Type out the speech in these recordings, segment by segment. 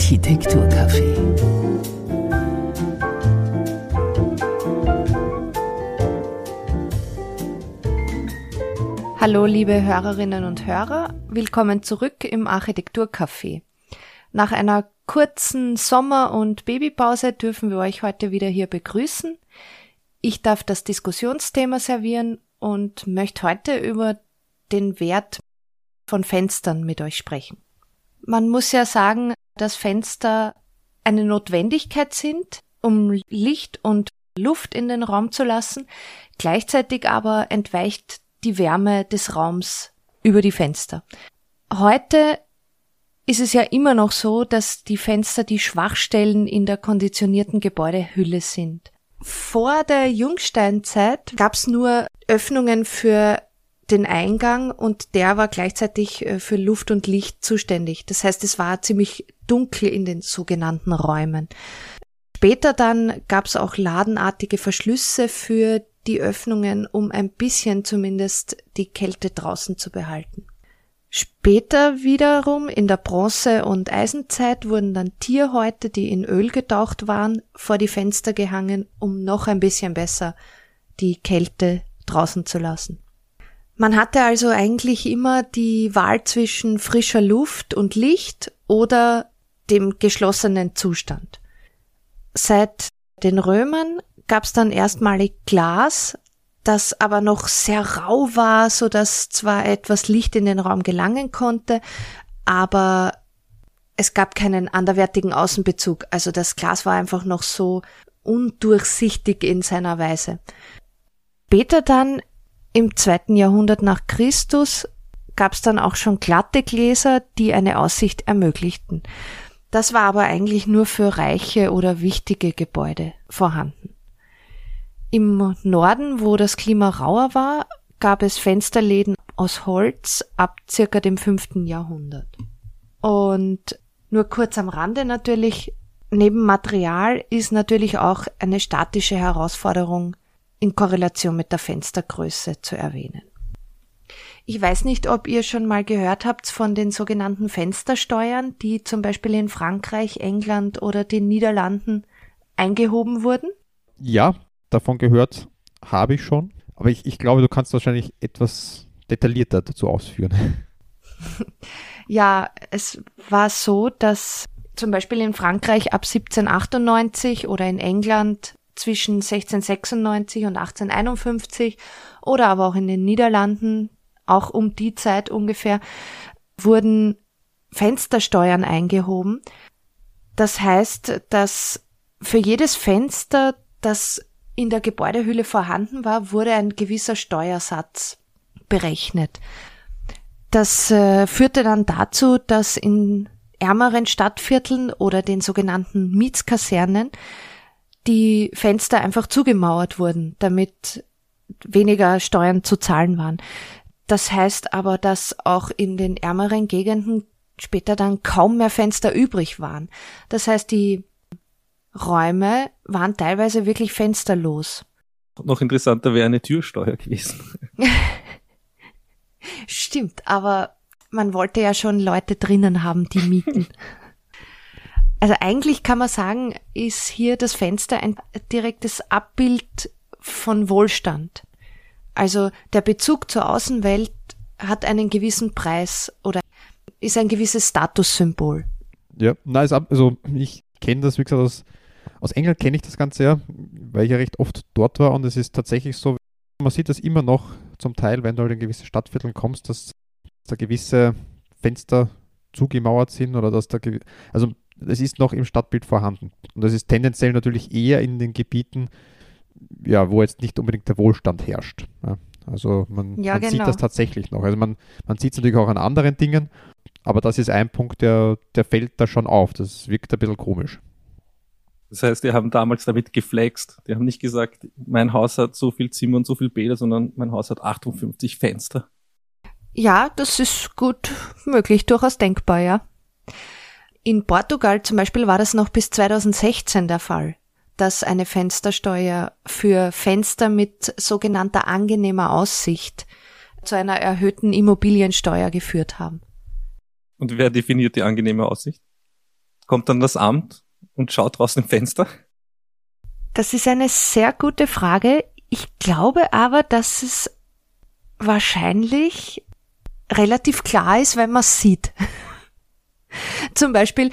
Architekturcafé. Hallo liebe Hörerinnen und Hörer, willkommen zurück im Architekturcafé. Nach einer kurzen Sommer- und Babypause dürfen wir euch heute wieder hier begrüßen. Ich darf das Diskussionsthema servieren und möchte heute über den Wert von Fenstern mit euch sprechen. Man muss ja sagen, dass Fenster eine Notwendigkeit sind, um Licht und Luft in den Raum zu lassen. Gleichzeitig aber entweicht die Wärme des Raums über die Fenster. Heute ist es ja immer noch so, dass die Fenster die Schwachstellen in der konditionierten Gebäudehülle sind. Vor der Jungsteinzeit gab es nur Öffnungen für den Eingang und der war gleichzeitig für Luft und Licht zuständig. Das heißt, es war ziemlich dunkel in den sogenannten Räumen. Später dann gab es auch ladenartige Verschlüsse für die Öffnungen, um ein bisschen zumindest die Kälte draußen zu behalten. Später wiederum in der Bronze- und Eisenzeit wurden dann Tierhäute, die in Öl getaucht waren, vor die Fenster gehangen, um noch ein bisschen besser die Kälte draußen zu lassen. Man hatte also eigentlich immer die Wahl zwischen frischer Luft und Licht oder dem geschlossenen Zustand. Seit den Römern gab es dann erstmalig Glas, das aber noch sehr rau war, so dass zwar etwas Licht in den Raum gelangen konnte, aber es gab keinen anderwertigen Außenbezug. Also das Glas war einfach noch so undurchsichtig in seiner Weise. Später dann im 2. Jahrhundert nach Christus gab es dann auch schon glatte Gläser, die eine Aussicht ermöglichten. Das war aber eigentlich nur für reiche oder wichtige Gebäude vorhanden. Im Norden, wo das Klima rauer war, gab es Fensterläden aus Holz ab circa dem 5. Jahrhundert. Und nur kurz am Rande natürlich, neben Material ist natürlich auch eine statische Herausforderung in Korrelation mit der Fenstergröße zu erwähnen. Ich weiß nicht, ob ihr schon mal gehört habt von den sogenannten Fenstersteuern, die zum Beispiel in Frankreich, England oder den Niederlanden eingehoben wurden. Ja, davon gehört habe ich schon, aber ich glaube, du kannst wahrscheinlich etwas detaillierter dazu ausführen. Ja, es war so, dass zum Beispiel in Frankreich ab 1798 oder in England zwischen 1696 und 1851 oder aber auch in den Niederlanden, auch um die Zeit ungefähr, wurden Fenstersteuern eingehoben. Das heißt, dass für jedes Fenster, das in der Gebäudehülle vorhanden war, wurde ein gewisser Steuersatz berechnet. Das führte dann dazu, dass in ärmeren Stadtvierteln oder den sogenannten Mietskasernen die Fenster einfach zugemauert wurden, damit weniger Steuern zu zahlen waren. Das heißt aber, dass auch in den ärmeren Gegenden später dann kaum mehr Fenster übrig waren. Das heißt, die Räume waren teilweise wirklich fensterlos. Noch interessanter wäre eine Türsteuer gewesen. Stimmt, aber man wollte ja schon Leute drinnen haben, die mieten. Also eigentlich kann man sagen, ist hier das Fenster ein direktes Abbild von Wohlstand. Also der Bezug zur Außenwelt hat einen gewissen Preis oder ist ein gewisses Statussymbol. Ja, also ich kenne das, wie gesagt, aus England kenne ich das Ganze ja, weil ich ja recht oft dort war und es ist tatsächlich so, man sieht das immer noch zum Teil, wenn du halt in gewisse Stadtvierteln kommst, dass da gewisse Fenster zugemauert sind oder dass da, also es ist noch im Stadtbild vorhanden. Und das ist tendenziell natürlich eher in den Gebieten, ja, wo jetzt nicht unbedingt der Wohlstand herrscht. Ja, also man sieht das tatsächlich noch. Also man sieht es natürlich auch an anderen Dingen, aber das ist ein Punkt, der fällt da schon auf. Das wirkt ein bisschen komisch. Das heißt, die haben damals damit geflext. Die haben nicht gesagt, mein Haus hat so viel Zimmer und so viel Bäder, sondern mein Haus hat 58 Fenster. Ja, das ist gut möglich, durchaus denkbar, ja. In Portugal zum Beispiel war das noch bis 2016 der Fall, dass eine Fenstersteuer für Fenster mit sogenannter angenehmer Aussicht zu einer erhöhten Immobiliensteuer geführt haben. Und wer definiert die angenehme Aussicht? Kommt dann das Amt und schaut draußen im Fenster? Das ist eine sehr gute Frage. Ich glaube aber, dass es wahrscheinlich relativ klar ist, wenn man es sieht. Zum Beispiel,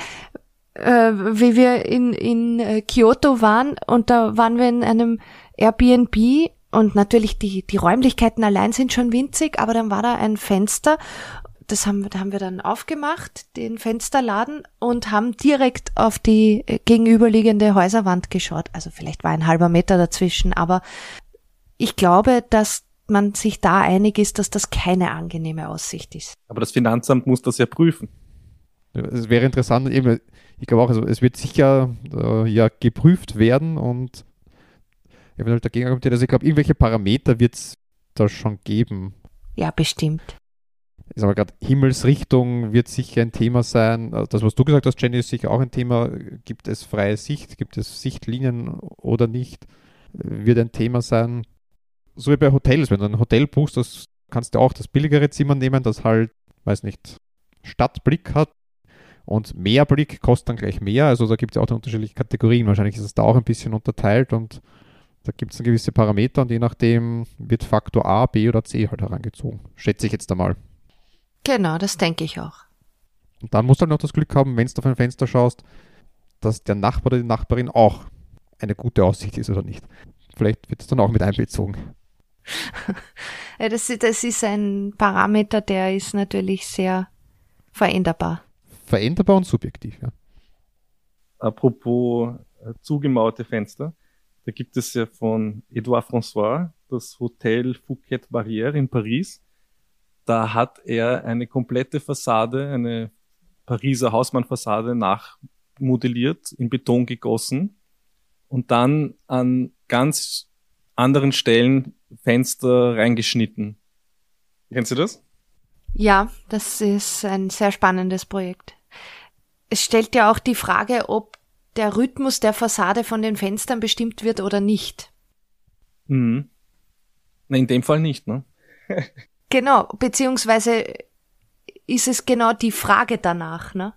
wie wir in Kyoto waren und da waren wir in einem Airbnb und natürlich die Räumlichkeiten allein sind schon winzig, aber dann war da ein Fenster, da haben wir dann aufgemacht, den Fensterladen und haben direkt auf die gegenüberliegende Häuserwand geschaut. Also vielleicht war ein halber Meter dazwischen, aber ich glaube, dass man sich da einig ist, dass das keine angenehme Aussicht ist. Aber das Finanzamt muss das ja prüfen. Es wäre interessant, eben, ich glaube auch, also es wird sicher ja geprüft werden und eventuell dagegen argumentiert. Also ich glaube, irgendwelche Parameter wird es da schon geben. Ja, bestimmt. Ist aber gerade Himmelsrichtung wird sicher ein Thema sein. Das, was du gesagt hast, Jenny, ist sicher auch ein Thema. Gibt es freie Sicht? Gibt es Sichtlinien oder nicht? Wird ein Thema sein. So wie bei Hotels. Wenn du ein Hotel buchst, das kannst du auch das billigere Zimmer nehmen, das halt, weiß nicht, Stadtblick hat. Und Meerblick kostet dann gleich mehr. Also da gibt es ja auch unterschiedliche Kategorien. Wahrscheinlich ist es da auch ein bisschen unterteilt und da gibt es dann gewisse Parameter und je nachdem wird Faktor A, B oder C halt herangezogen. Schätze ich jetzt einmal. Genau, das denke ich auch. Und dann musst du halt noch das Glück haben, wenn du auf ein Fenster schaust, dass der Nachbar oder die Nachbarin auch eine gute Aussicht ist oder nicht. Vielleicht wird es dann auch mit einbezogen. Ja, das ist ein Parameter, der ist natürlich sehr veränderbar. Veränderbar und subjektiv, ja. Apropos zugemauerte Fenster, da gibt es ja von Edouard François das Hotel Phuket Barrière in Paris. Da hat er eine komplette Fassade, eine Pariser Hausmannfassade nachmodelliert, in Beton gegossen und dann an ganz anderen Stellen Fenster reingeschnitten. Kennst du das? Ja, das ist ein sehr spannendes Projekt. Es stellt ja auch die Frage, ob der Rhythmus der Fassade von den Fenstern bestimmt wird oder nicht. Mhm. Na, in dem Fall nicht, ne? Genau, beziehungsweise ist es genau die Frage danach, ne?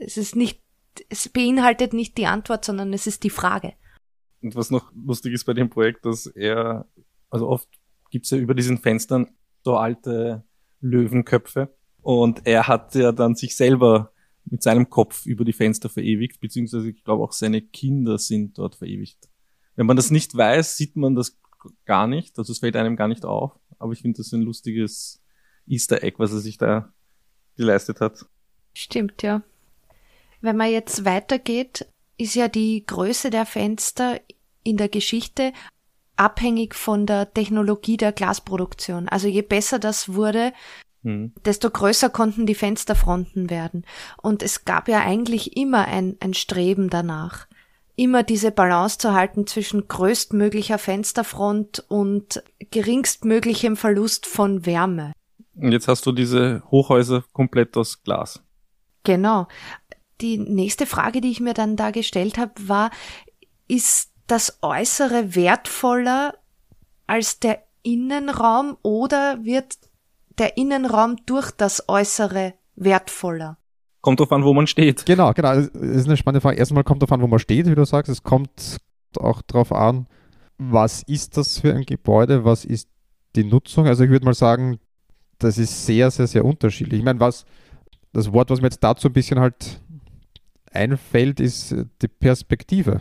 Es beinhaltet nicht die Antwort, sondern es ist die Frage. Und was noch lustig ist bei dem Projekt, dass also oft gibt's ja über diesen Fenstern so alte Löwenköpfe und er hat ja dann sich selber mit seinem Kopf über die Fenster verewigt, beziehungsweise ich glaube auch seine Kinder sind dort verewigt. Wenn man das nicht weiß, sieht man das gar nicht, also es fällt einem gar nicht auf, aber ich finde das ein lustiges Easter Egg, was er sich da geleistet hat. Stimmt, ja. Wenn man jetzt weitergeht, ist ja die Größe der Fenster in der Geschichte abhängig von der Technologie der Glasproduktion. Also je besser das wurde, desto größer konnten die Fensterfronten werden. Und es gab ja eigentlich immer ein Streben danach, immer diese Balance zu halten zwischen größtmöglicher Fensterfront und geringstmöglichem Verlust von Wärme. Und jetzt hast du diese Hochhäuser komplett aus Glas. Genau. Die nächste Frage, die ich mir dann da gestellt habe, war, ist das Äußere wertvoller als der Innenraum oder wird der Innenraum durch das Äußere wertvoller? Kommt drauf an, wo man steht. Genau. Das ist eine spannende Frage. Erstmal kommt drauf an, wo man steht, wie du sagst. Es kommt auch drauf an, was ist das für ein Gebäude, was ist die Nutzung. Also ich würde mal sagen, das ist sehr, sehr, sehr unterschiedlich. Ich meine, das Wort, was mir jetzt dazu ein bisschen halt einfällt, ist die Perspektive.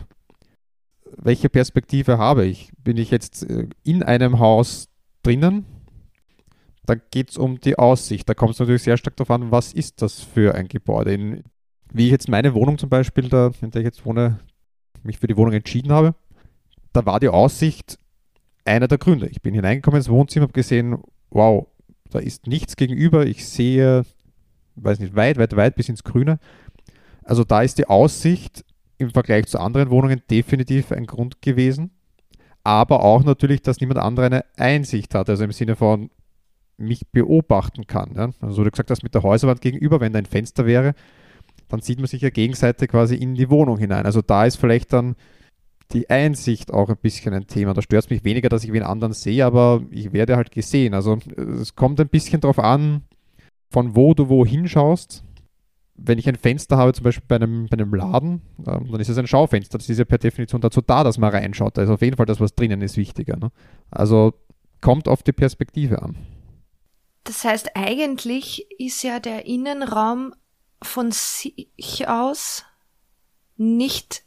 Welche Perspektive habe ich? Bin ich jetzt in einem Haus drinnen? Dann geht es um die Aussicht. Da kommt es natürlich sehr stark darauf an, was ist das für ein Gebäude. Wie ich jetzt meine Wohnung zum Beispiel, in der ich jetzt wohne, mich für die Wohnung entschieden habe, da war die Aussicht einer der Gründe. Ich bin hineingekommen ins Wohnzimmer, habe gesehen, wow, da ist nichts gegenüber. Ich sehe, weiß nicht, weit bis ins Grüne. Also da ist die Aussicht im Vergleich zu anderen Wohnungen definitiv ein Grund gewesen. Aber auch natürlich, dass niemand anderer eine Einsicht hat. Also im Sinne von mich beobachten kann. Ja? Also du gesagt hast, mit der Häuserwand gegenüber, wenn da ein Fenster wäre, dann sieht man sich ja gegenseitig quasi in die Wohnung hinein. Also da ist vielleicht dann die Einsicht auch ein bisschen ein Thema. Da stört es mich weniger, dass ich wen anderen sehe, aber ich werde halt gesehen. Also es kommt ein bisschen drauf an, von wo du wohin schaust. wenn ich ein Fenster habe, zum Beispiel bei einem Laden, dann ist es ein Schaufenster. Das ist ja per Definition dazu da, dass man reinschaut. Da ist auf jeden Fall das, was drinnen ist, wichtiger. Ne? Also kommt auf die Perspektive an. Das heißt, eigentlich ist ja der Innenraum von sich aus nicht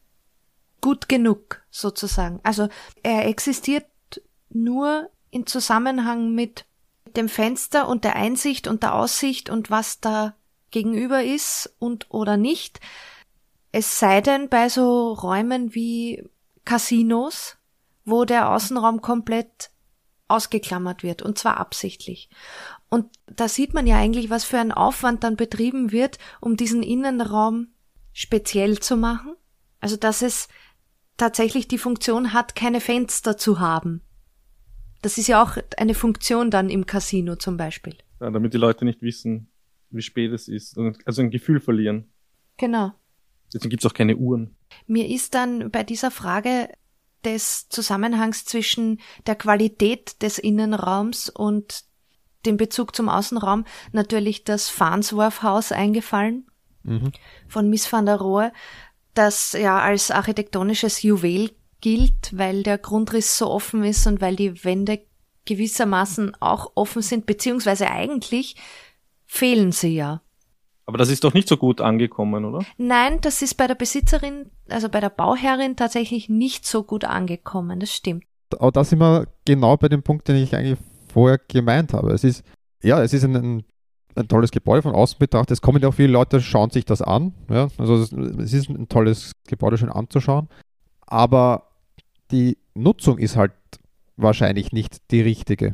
gut genug, sozusagen. Also er existiert nur in Zusammenhang mit dem Fenster und der Einsicht und der Aussicht und was da gegenüber ist und oder nicht. Es sei denn bei so Räumen wie Casinos, wo der Außenraum komplett ausgeklammert wird, und zwar absichtlich. Und da sieht man ja eigentlich, was für ein Aufwand dann betrieben wird, um diesen Innenraum speziell zu machen. Also dass es tatsächlich die Funktion hat, keine Fenster zu haben. Das ist ja auch eine Funktion dann im Casino zum Beispiel. Ja, damit die Leute nicht wissen, wie spät es ist. Also ein Gefühl verlieren. Genau. Deswegen gibt's auch keine Uhren. Mir ist dann bei dieser Frage des Zusammenhangs zwischen der Qualität des Innenraums und dem Bezug zum Außenraum natürlich das Farnsworth-Haus eingefallen von Mies van der Rohe, das ja als architektonisches Juwel gilt, weil der Grundriss so offen ist und weil die Wände gewissermaßen auch offen sind, beziehungsweise eigentlich fehlen sie ja. Aber das ist doch nicht so gut angekommen, oder? Nein, das ist bei der Besitzerin, also bei der Bauherrin tatsächlich nicht so gut angekommen, das stimmt. Aber da sind wir genau bei dem Punkt, den ich eigentlich vorher gemeint habe. Es ist ein tolles Gebäude von außen betrachtet. Es kommen ja auch viele Leute, schauen sich das an. Ja? Also es ist ein tolles Gebäude, schön anzuschauen. Aber die Nutzung ist halt wahrscheinlich nicht die richtige.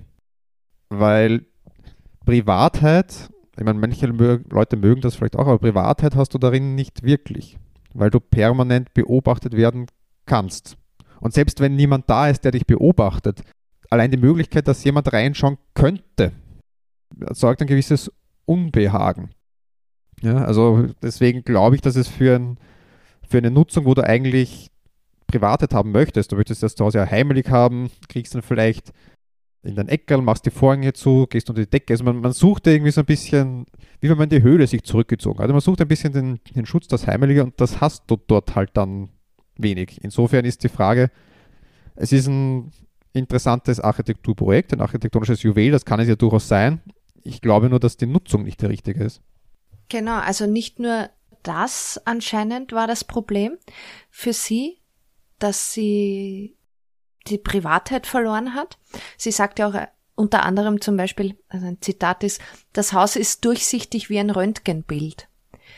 Weil Privatheit, ich meine, manche Leute mögen das vielleicht auch, aber Privatheit hast du darin nicht wirklich, weil du permanent beobachtet werden kannst. Und selbst wenn niemand da ist, der dich beobachtet, allein die Möglichkeit, dass jemand reinschauen könnte, erzeugt ein gewisses Unbehagen. Ja, also deswegen glaube ich, dass es für eine Nutzung, wo du eigentlich Privatheit haben möchtest, du möchtest das zu Hause ja heimelig haben, kriegst dann vielleicht in dein Eckerl, machst die Vorhänge zu, gehst unter die Decke. Also man sucht irgendwie so ein bisschen, wie wenn man in die Höhle sich zurückgezogen hat. Also man sucht ein bisschen den Schutz, das Heimelige, und das hast du dort halt dann wenig. Insofern ist die Frage, es ist ein interessantes Architekturprojekt, ein architektonisches Juwel, das kann es ja durchaus sein. Ich glaube nur, dass die Nutzung nicht die richtige ist. Genau, also nicht nur das anscheinend war das Problem für sie, dass sie die Privatheit verloren hat. Sie sagt ja auch unter anderem zum Beispiel, also ein Zitat ist, das Haus ist durchsichtig wie ein Röntgenbild.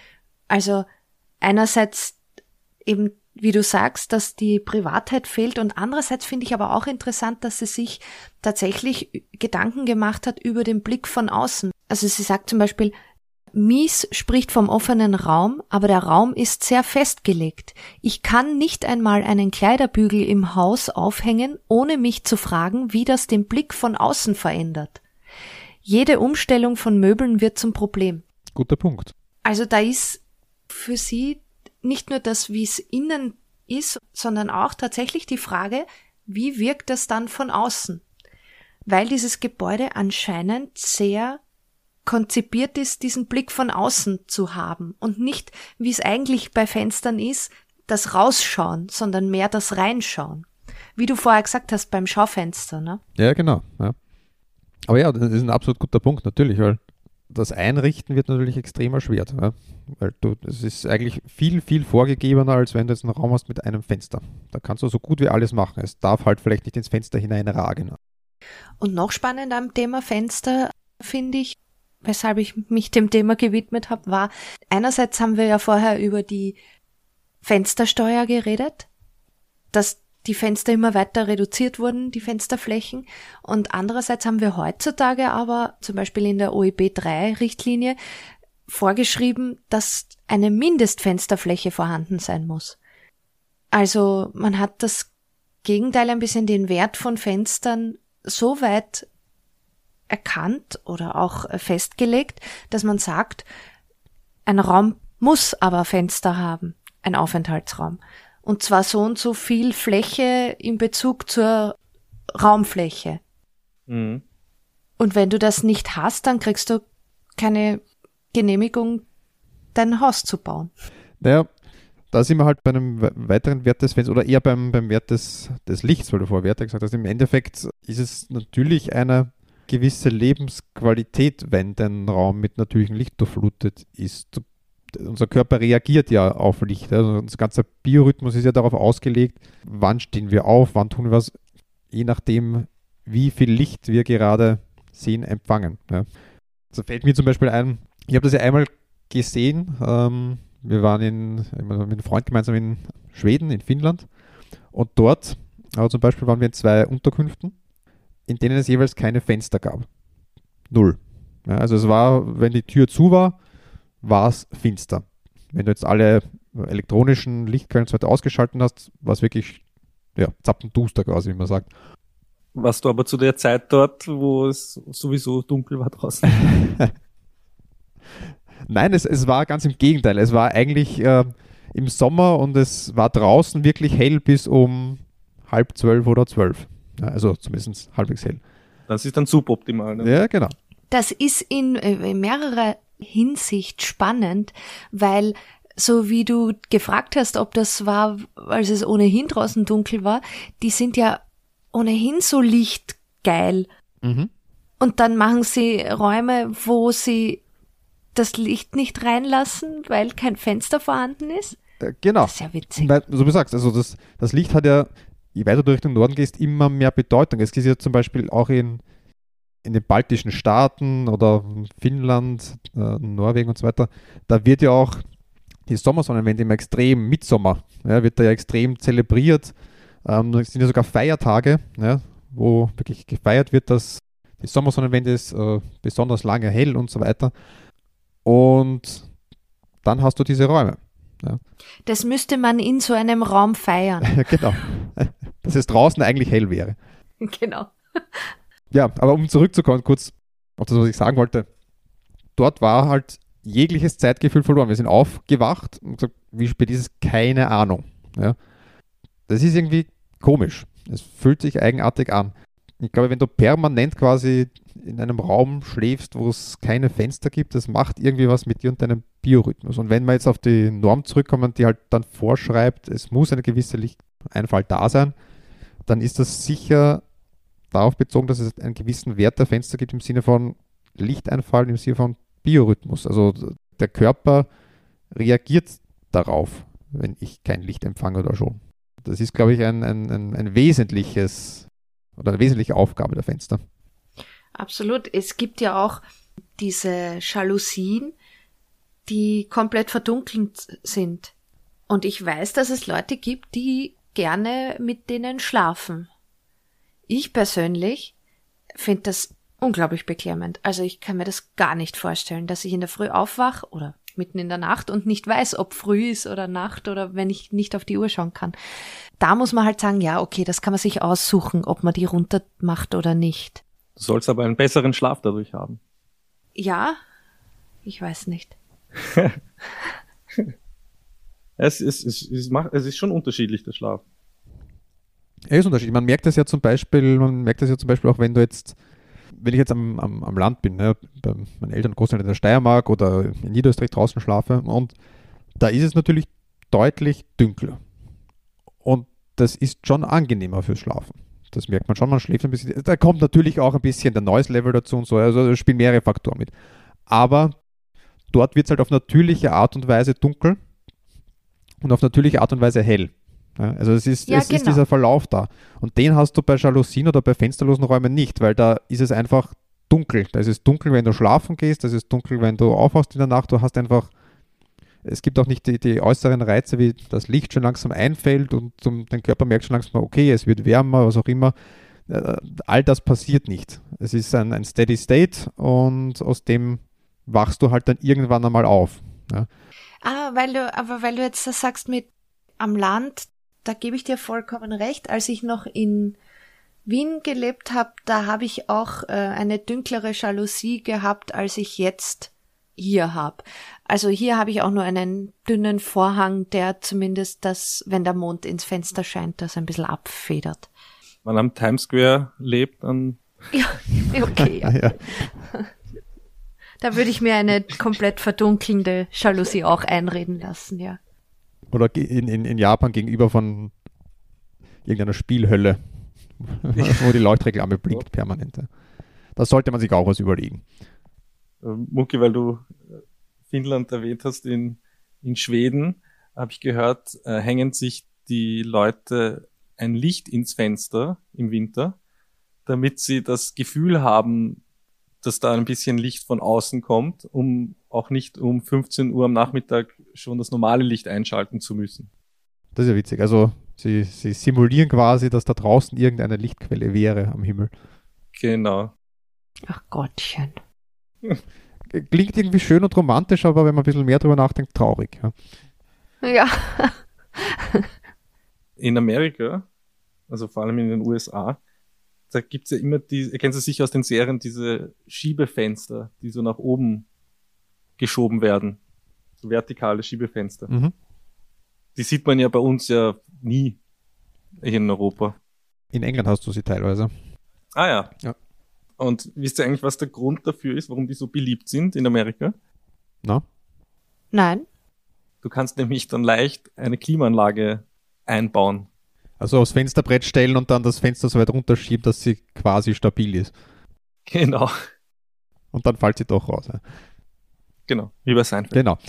Also einerseits eben, wie du sagst, dass die Privatheit fehlt, und andererseits finde ich aber auch interessant, dass sie sich tatsächlich Gedanken gemacht hat über den Blick von außen. Also sie sagt zum Beispiel, Mies spricht vom offenen Raum, aber der Raum ist sehr festgelegt. Ich kann nicht einmal einen Kleiderbügel im Haus aufhängen, ohne mich zu fragen, wie das den Blick von außen verändert. Jede Umstellung von Möbeln wird zum Problem. Guter Punkt. Also da ist für sie nicht nur das, wie es innen ist, sondern auch tatsächlich die Frage, wie wirkt das dann von außen? Weil dieses Gebäude anscheinend sehr konzipiert ist, diesen Blick von außen zu haben und nicht, wie es eigentlich bei Fenstern ist, das Rausschauen, sondern mehr das Reinschauen. Wie du vorher gesagt hast, beim Schaufenster, ne? Ja, genau. Ja. Aber ja, das ist ein absolut guter Punkt, natürlich, weil das Einrichten wird natürlich extrem erschwert. Ja? Weil es ist eigentlich viel, viel vorgegebener, als wenn du jetzt einen Raum hast mit einem Fenster. Da kannst du so gut wie alles machen. Es darf halt vielleicht nicht ins Fenster hineinragen. Und noch spannend am Thema Fenster, finde ich, weshalb ich mich dem Thema gewidmet habe, war, einerseits haben wir ja vorher über die Fenstersteuer geredet, dass die Fenster immer weiter reduziert wurden, die Fensterflächen, und andererseits haben wir heutzutage aber zum Beispiel in der OEB 3 Richtlinie vorgeschrieben, dass eine Mindestfensterfläche vorhanden sein muss. Also man hat das Gegenteil ein bisschen, den Wert von Fenstern so weit erkannt oder auch festgelegt, dass man sagt, ein Raum muss aber Fenster haben, ein Aufenthaltsraum. Und zwar so und so viel Fläche in Bezug zur Raumfläche. Mhm. Und wenn du das nicht hast, dann kriegst du keine Genehmigung dein Haus zu bauen. Naja, da sind wir halt bei einem weiteren Wert des Fensters oder eher beim Wert des Lichts, weil du vorher Werte gesagt hast. Im Endeffekt ist es natürlich eine gewisse Lebensqualität, wenn dein Raum mit natürlichem Licht durchflutet ist. Unser Körper reagiert ja auf Licht. Also unser ganzer Biorhythmus ist ja darauf ausgelegt, wann stehen wir auf, wann tun wir was, je nachdem, wie viel Licht wir gerade sehen, empfangen. Ja. Also fällt mir zum Beispiel ein, ich habe das ja einmal gesehen, wir waren mit einem Freund gemeinsam in Schweden, in Finnland, und dort zum Beispiel waren wir in 2 Unterkünften, in denen es jeweils keine Fenster gab. 0. Ja, also es war, wenn die Tür zu war, war es finster. Wenn du jetzt alle elektronischen Lichtquellen und so weiter ausgeschaltet hast, war es wirklich zappenduster quasi, wie man sagt. Warst du aber zu der Zeit dort, wo es sowieso dunkel war draußen? Nein, es war ganz im Gegenteil. Es war eigentlich im Sommer und es war draußen wirklich hell bis um 11:30 oder 12. Ja, also zumindest halbwegs hell. Das ist dann suboptimal. Ne? Ja, genau. Das ist in mehrerer Hinsicht spannend, weil so wie du gefragt hast, ob das war, als es ohnehin draußen dunkel war, die sind ja ohnehin so lichtgeil. Mhm. Und dann machen sie Räume, wo sie das Licht nicht reinlassen, weil kein Fenster vorhanden ist. Genau. Das ist ja witzig. Weil, so wie du sagst, also das Licht hat ja, je weiter du Richtung Norden gehst, immer mehr Bedeutung. Es gibt ja zum Beispiel auch in den baltischen Staaten oder Finnland, Norwegen und so weiter, da wird ja auch die Sommersonnenwende immer extrem, Mitsommer, wird da ja extrem zelebriert. Es sind ja sogar Feiertage, wo wirklich gefeiert wird, dass die Sommersonnenwende ist besonders lange hell und so weiter. Und dann hast du diese Räume. Ja. Das müsste man in so einem Raum feiern. Genau. Dass es draußen eigentlich hell wäre. Genau. Ja, aber um zurückzukommen, kurz auf das, was ich sagen wollte. Dort war halt jegliches Zeitgefühl verloren. Wir sind aufgewacht und gesagt, wie spät ist es? Keine Ahnung. Ja. Das ist irgendwie komisch. Es fühlt sich eigenartig an. Ich glaube, wenn du permanent quasi in einem Raum schläfst, wo es keine Fenster gibt, das macht irgendwie was mit dir und deinem Biorhythmus. Und wenn wir jetzt auf die Norm zurückkommen, die halt dann vorschreibt, es muss eine gewisse Lichteinfall da sein, dann ist das sicher darauf bezogen, dass es einen gewissen Wert der Fenster gibt im Sinne von Lichteinfall, im Sinne von Biorhythmus. Also der Körper reagiert darauf, wenn ich kein Licht empfange oder schon. Das ist, glaube ich, ein wesentliches oder eine wesentliche Aufgabe der Fenster. Absolut. Es gibt ja auch diese Jalousien, die komplett verdunkelt sind. Und ich weiß, dass es Leute gibt, die gerne mit denen schlafen. Ich persönlich finde das unglaublich beklemmend. Also ich kann mir das gar nicht vorstellen, dass ich in der Früh aufwache oder mitten in der Nacht und nicht weiß, ob früh ist oder Nacht oder wenn ich nicht auf die Uhr schauen kann. Da muss man halt sagen, ja, okay, das kann man sich aussuchen, ob man die runter macht oder nicht. Du sollst aber einen besseren Schlaf dadurch haben. Ja, ich weiß nicht. Es ist schon unterschiedlich, der Schlaf. Er ist unterschiedlich. Man merkt das ja zum Beispiel auch, wenn ich jetzt am Land bin, bei meinen Eltern und Großeltern in der Steiermark oder in Niederösterreich draußen schlafe, und da ist es natürlich deutlich dunkler. Und das ist schon angenehmer fürs Schlafen. Das merkt man schon, man schläft ein bisschen. Da kommt natürlich auch ein bisschen der Noise-Level dazu und so, also da spielen mehrere Faktoren mit. Aber dort wird es halt auf natürliche Art und Weise dunkel und auf natürliche Art und Weise hell. Ja, also es ist dieser Verlauf da. Und den hast du bei Jalousien oder bei fensterlosen Räumen nicht, weil da ist es einfach dunkel. Da ist es dunkel, wenn du schlafen gehst, da ist es dunkel, wenn du aufwachst in der Nacht. Du hast einfach, es gibt auch nicht die äußeren Reize, wie das Licht schon langsam einfällt und dein Körper merkt schon langsam, okay, es wird wärmer, was auch immer. All das passiert nicht. Es ist ein Steady State und aus dem wachst du halt dann irgendwann einmal auf. Ja. Weil du jetzt das sagst mit am Land, da gebe ich dir vollkommen recht. Als ich noch in Wien gelebt habe, da habe ich auch eine dünklere Jalousie gehabt, als ich jetzt hier habe. Also hier habe ich auch nur einen dünnen Vorhang, der zumindest das, wenn der Mond ins Fenster scheint, das ein bisschen abfedert. Wenn man am Times Square lebt, dann... Ja, okay. Ja. Ja. Da würde ich mir eine komplett verdunkelnde Jalousie auch einreden lassen, ja. Oder in Japan gegenüber von irgendeiner Spielhölle, wo die Leuchtreklame blinkt permanent. Ja. Da sollte man sich auch was überlegen. Mucki, weil du Finnland erwähnt hast, in Schweden, habe ich gehört, hängen sich die Leute ein Licht ins Fenster im Winter, damit sie das Gefühl haben, dass da ein bisschen Licht von außen kommt, um auch nicht um 15 Uhr am Nachmittag schon das normale Licht einschalten zu müssen. Das ist ja witzig. Also sie simulieren quasi, dass da draußen irgendeine Lichtquelle wäre am Himmel. Genau. Ach Gottchen. Klingt irgendwie schön und romantisch, aber wenn man ein bisschen mehr drüber nachdenkt, traurig. Ja. Ja. In Amerika, also vor allem in den USA, da gibt's ja immer ihr kennt es sicher aus den Serien, diese Schiebefenster, die so nach oben geschoben werden. So vertikale Schiebefenster. Mhm. Die sieht man ja bei uns ja nie hier in Europa. In England hast du sie teilweise. Ah ja. Ja. Und wisst ihr eigentlich, was der Grund dafür ist, warum die so beliebt sind in Amerika? Na? Nein. Du kannst nämlich dann leicht eine Klimaanlage einbauen. Also aufs Fensterbrett stellen und dann das Fenster so weit runterschieben, dass sie quasi stabil ist. Genau. Und dann fällt sie doch raus. Ja. Genau, wie bei Seinfeld. Genau.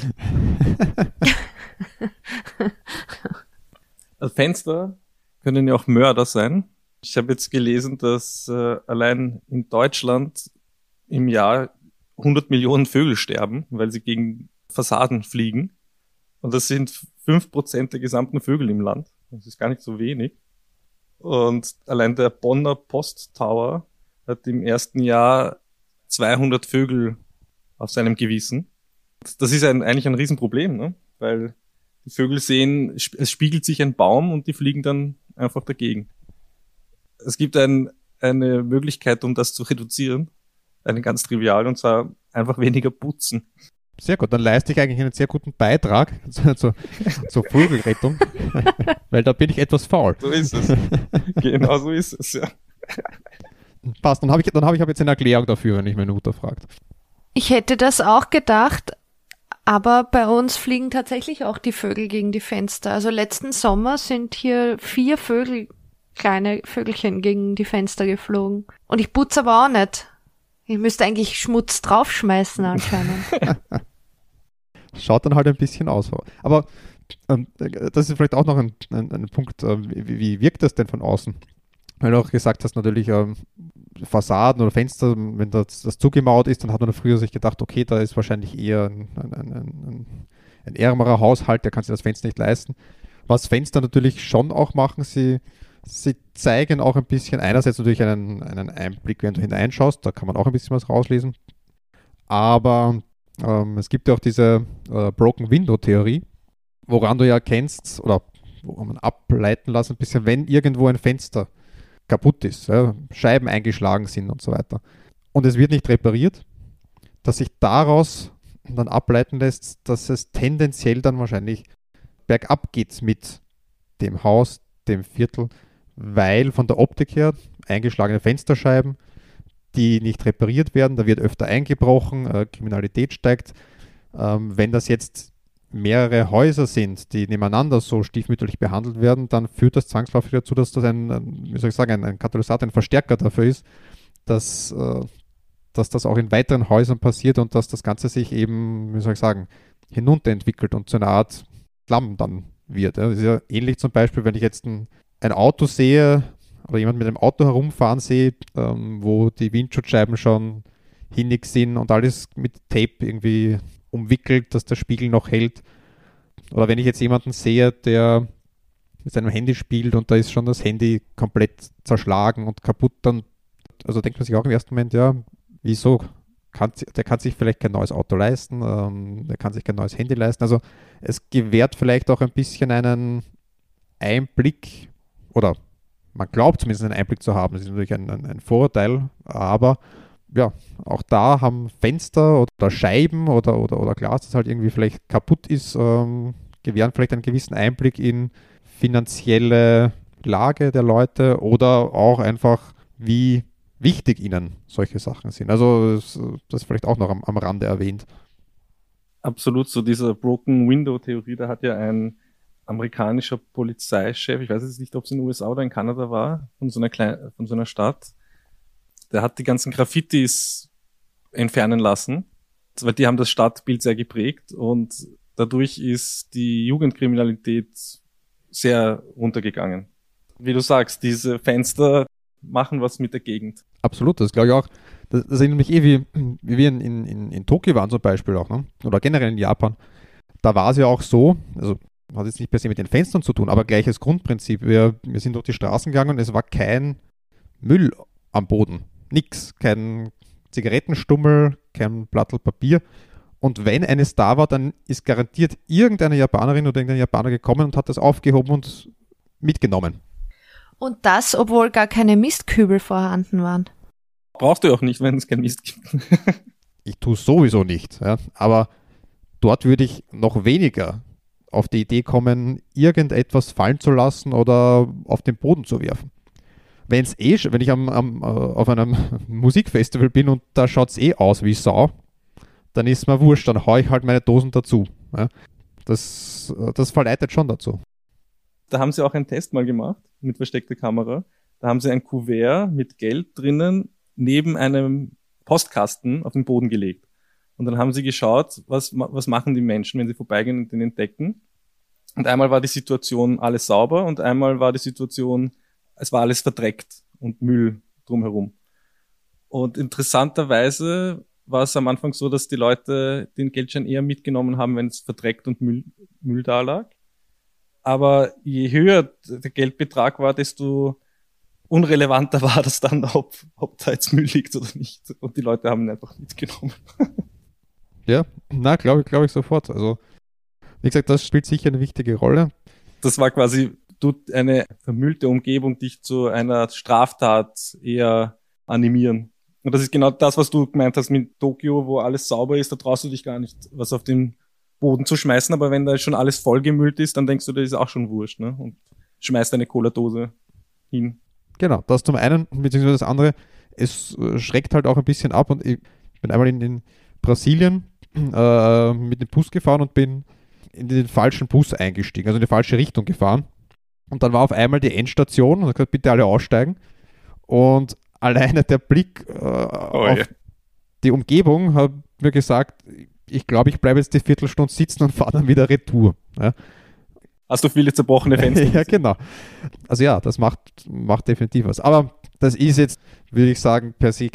Also Fenster können ja auch Mörder sein. Ich habe jetzt gelesen, dass allein in Deutschland im Jahr 100 Millionen Vögel sterben, weil sie gegen Fassaden fliegen. Und das sind 5% der gesamten Vögel im Land. Das ist gar nicht so wenig. Und allein der Bonner Post Tower hat im ersten Jahr 200 Vögel auf seinem Gewissen. Das ist eigentlich ein Riesenproblem, ne? Weil die Vögel sehen, es spiegelt sich ein Baum und die fliegen dann einfach dagegen. Es gibt eine Möglichkeit, um das zu reduzieren. Eine ganz triviale, und zwar einfach weniger putzen. Sehr gut, dann leiste ich eigentlich einen sehr guten Beitrag zur Vogelrettung, weil da bin ich etwas faul. So ist es. Genau so ist es, ja. Passt, dann habe ich aber jetzt eine Erklärung dafür, wenn mich meine Mutter fragt. Ich hätte das auch gedacht, aber bei uns fliegen tatsächlich auch die Vögel gegen die Fenster. Also letzten Sommer sind hier 4 kleine Vögelchen gegen die Fenster geflogen. Und ich putze aber auch nicht. Ich müsste eigentlich Schmutz draufschmeißen anscheinend. Schaut dann halt ein bisschen aus. Aber das ist vielleicht auch noch ein Punkt, wie wirkt das denn von außen? Weil du auch gesagt hast, natürlich Fassaden oder Fenster, wenn das zugemauert ist, dann hat man früher sich gedacht, okay, da ist wahrscheinlich eher ein ärmerer Haushalt, der kann sich das Fenster nicht leisten. Was Fenster natürlich schon auch machen, sie zeigen auch ein bisschen, einerseits natürlich einen Einblick, wenn du hineinschaust, da kann man auch ein bisschen was rauslesen, aber es gibt ja auch diese Broken Window Theorie, woran du ja erkennst, oder wo man ableiten lässt ein bisschen, wenn irgendwo ein Fenster kaputt ist, ja, Scheiben eingeschlagen sind und so weiter, und es wird nicht repariert, dass sich daraus dann ableiten lässt, dass es tendenziell dann wahrscheinlich bergab geht mit dem Haus, dem Viertel, weil von der Optik her eingeschlagene Fensterscheiben, die nicht repariert werden, da wird öfter eingebrochen, Kriminalität steigt. Wenn das jetzt mehrere Häuser sind, die nebeneinander so stiefmütterlich behandelt werden, dann führt das zwangsläufig dazu, dass das ein Katalysator, ein Verstärker dafür ist, dass das auch in weiteren Häusern passiert und dass das Ganze sich eben, hinunterentwickelt und zu einer Art Slum dann wird. Das ist ja ähnlich zum Beispiel, wenn ich jetzt ein Auto sehe oder jemand mit einem Auto herumfahren sehe, wo die Windschutzscheiben schon hinnig sind und alles mit Tape irgendwie umwickelt, dass der Spiegel noch hält. Oder wenn ich jetzt jemanden sehe, der mit seinem Handy spielt und da ist schon das Handy komplett zerschlagen und kaputt, dann also denkt man sich auch im ersten Moment, ja, wieso? Der kann sich vielleicht kein neues Auto leisten, der kann sich kein neues Handy leisten. Also es gewährt vielleicht auch ein bisschen einen Einblick, oder man glaubt zumindest einen Einblick zu haben. Das ist natürlich ein Vorurteil, aber ja, auch da haben Fenster oder Scheiben oder Glas, das halt irgendwie vielleicht kaputt ist, gewähren vielleicht einen gewissen Einblick in finanzielle Lage der Leute oder auch einfach, wie wichtig ihnen solche Sachen sind. Also das vielleicht auch noch am Rande erwähnt. Absolut, so dieser Broken Window-Theorie, da hat ja ein amerikanischer Polizeichef, ich weiß jetzt nicht, ob es in den USA oder in Kanada war, von so einer Stadt, der hat die ganzen Graffitis entfernen lassen, weil die haben das Stadtbild sehr geprägt und dadurch ist die Jugendkriminalität sehr runtergegangen. Wie du sagst, diese Fenster machen was mit der Gegend. Absolut, das glaube ich auch. Das erinnert mich wie wir in Tokio waren zum Beispiel auch, ne? Oder generell in Japan. Da war es ja auch so, also hat jetzt nicht per se mit den Fenstern zu tun, aber gleiches Grundprinzip. Wir sind durch die Straßen gegangen und es war kein Müll am Boden. Nix. Kein Zigarettenstummel, kein Blattel Papier. Und wenn eines da war, dann ist garantiert irgendeine Japanerin oder irgendein Japaner gekommen und hat das aufgehoben und mitgenommen. Und das, obwohl gar keine Mistkübel vorhanden waren. Brauchst du auch nicht, wenn es kein Mist gibt. Ich tue es sowieso nicht. Ja. Aber dort würde ich noch weniger auf die Idee kommen, irgendetwas fallen zu lassen oder auf den Boden zu werfen. Wenn ich auf einem Musikfestival bin und da schaut es aus wie Sau, dann ist mir wurscht, dann haue ich halt meine Dosen dazu. Ja. Das verleitet schon dazu. Da haben sie auch einen Test mal gemacht mit versteckter Kamera. Da haben sie ein Kuvert mit Geld drinnen neben einem Postkasten auf den Boden gelegt. Und dann haben sie geschaut, was machen die Menschen, wenn sie vorbeigehen und den entdecken. Und einmal war die Situation alles sauber und einmal war die Situation, es war alles verdreckt und Müll drumherum. Und interessanterweise war es am Anfang so, dass die Leute den Geldschein eher mitgenommen haben, wenn es verdreckt und Müll da lag. Aber je höher der Geldbetrag war, desto unrelevanter war das dann, ob da jetzt Müll liegt oder nicht. Und die Leute haben ihn einfach mitgenommen. Ja, glaube ich sofort. Also, wie gesagt, das spielt sicher eine wichtige Rolle. Das war quasi, tut eine vermüllte Umgebung dich zu einer Straftat eher animieren. Und das ist genau das, was du gemeint hast mit Tokio, wo alles sauber ist, da traust du dich gar nicht, was auf den Boden zu schmeißen, aber wenn da schon alles vollgemüllt ist, dann denkst du, das ist auch schon wurscht, ne? Und schmeißt eine Cola-Dose hin. Genau, das zum einen, beziehungsweise das andere, es schreckt halt auch ein bisschen ab und ich bin einmal in Brasilien mit dem Bus gefahren und bin in den falschen Bus eingestiegen, also in die falsche Richtung gefahren. Und dann war auf einmal die Endstation und hat gesagt, bitte alle aussteigen. Und alleine der Blick auf die Umgebung hat mir gesagt, ich glaube, ich bleibe jetzt die Viertelstunde sitzen und fahre dann wieder retour. Ja. Hast du viele zerbrochene Fenster? Ja, genau. Also ja, das macht definitiv was. Aber das ist jetzt, würde ich sagen, per se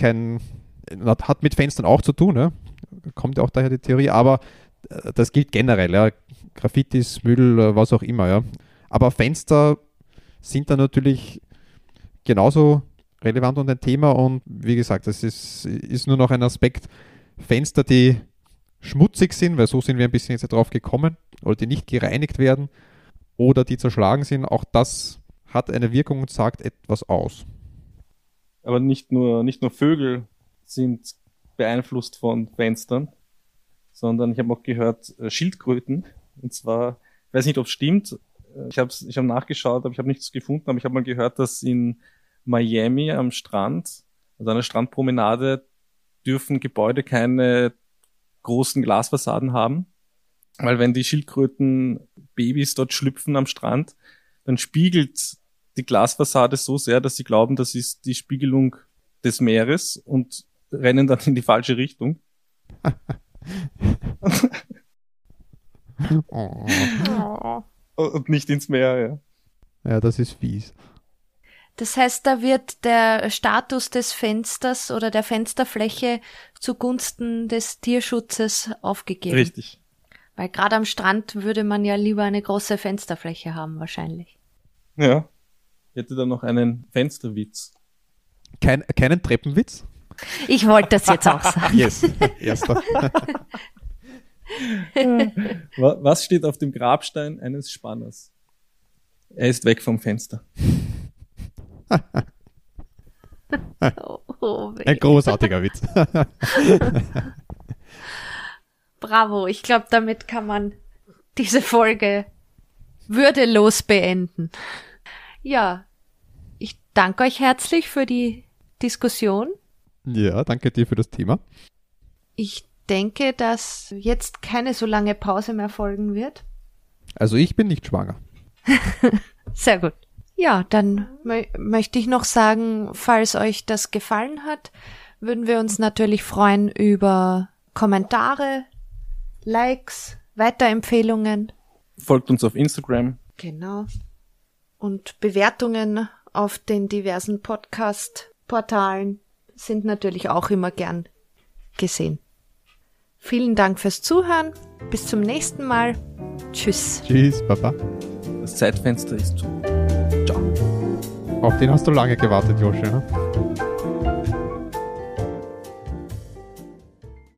hat mit Fenstern auch zu tun, ja. Kommt ja auch daher die Theorie, aber das gilt generell, ja. Graffitis, Müll, was auch immer, ja. Aber Fenster sind dann natürlich genauso relevant und ein Thema und wie gesagt, das ist nur noch ein Aspekt. Fenster, die schmutzig sind, weil so sind wir ein bisschen jetzt drauf gekommen, oder die nicht gereinigt werden oder die zerschlagen sind, auch das hat eine Wirkung und sagt etwas aus. Aber nicht nur Vögel sind beeinflusst von Fenstern, sondern ich habe auch gehört, Schildkröten. Und zwar, ich weiß nicht, ob es stimmt, ich habe nachgeschaut, aber ich habe nichts gefunden, aber ich habe mal gehört, dass in Miami am Strand, also an der Strandpromenade, dürfen Gebäude keine großen Glasfassaden haben, weil wenn die Schildkröten-Babys dort schlüpfen am Strand, dann spiegelt die Glasfassade so sehr, dass sie glauben, das ist die Spiegelung des Meeres und rennen dann in die falsche Richtung. Und nicht ins Meer, ja. Ja, das ist fies. Das heißt, da wird der Status des Fensters oder der Fensterfläche zugunsten des Tierschutzes aufgegeben. Richtig. Weil gerade am Strand würde man ja lieber eine große Fensterfläche haben, wahrscheinlich. Ja. Ich hätte da noch einen Fensterwitz. Keinen Treppenwitz? Ich wollte das jetzt auch sagen. Yes, erster. Was steht auf dem Grabstein eines Spanners? Er ist weg vom Fenster. Ein großartiger Witz. Bravo, ich glaube, damit kann man diese Folge würdelos beenden. Ja, ich danke euch herzlich für die Diskussion. Ja, danke dir für das Thema. Ich denke, dass jetzt keine so lange Pause mehr folgen wird. Also ich bin nicht schwanger. Sehr gut. Ja, dann möchte ich noch sagen, falls euch das gefallen hat, würden wir uns natürlich freuen über Kommentare, Likes, Weiterempfehlungen. Folgt uns auf Instagram. Genau. Und Bewertungen auf den diversen Podcast-Portalen sind natürlich auch immer gern gesehen. Vielen Dank fürs Zuhören. Bis zum nächsten Mal. Tschüss. Tschüss, Baba. Das Zeitfenster ist zu. Ciao. Auf den hast du lange gewartet, Joshi, ne?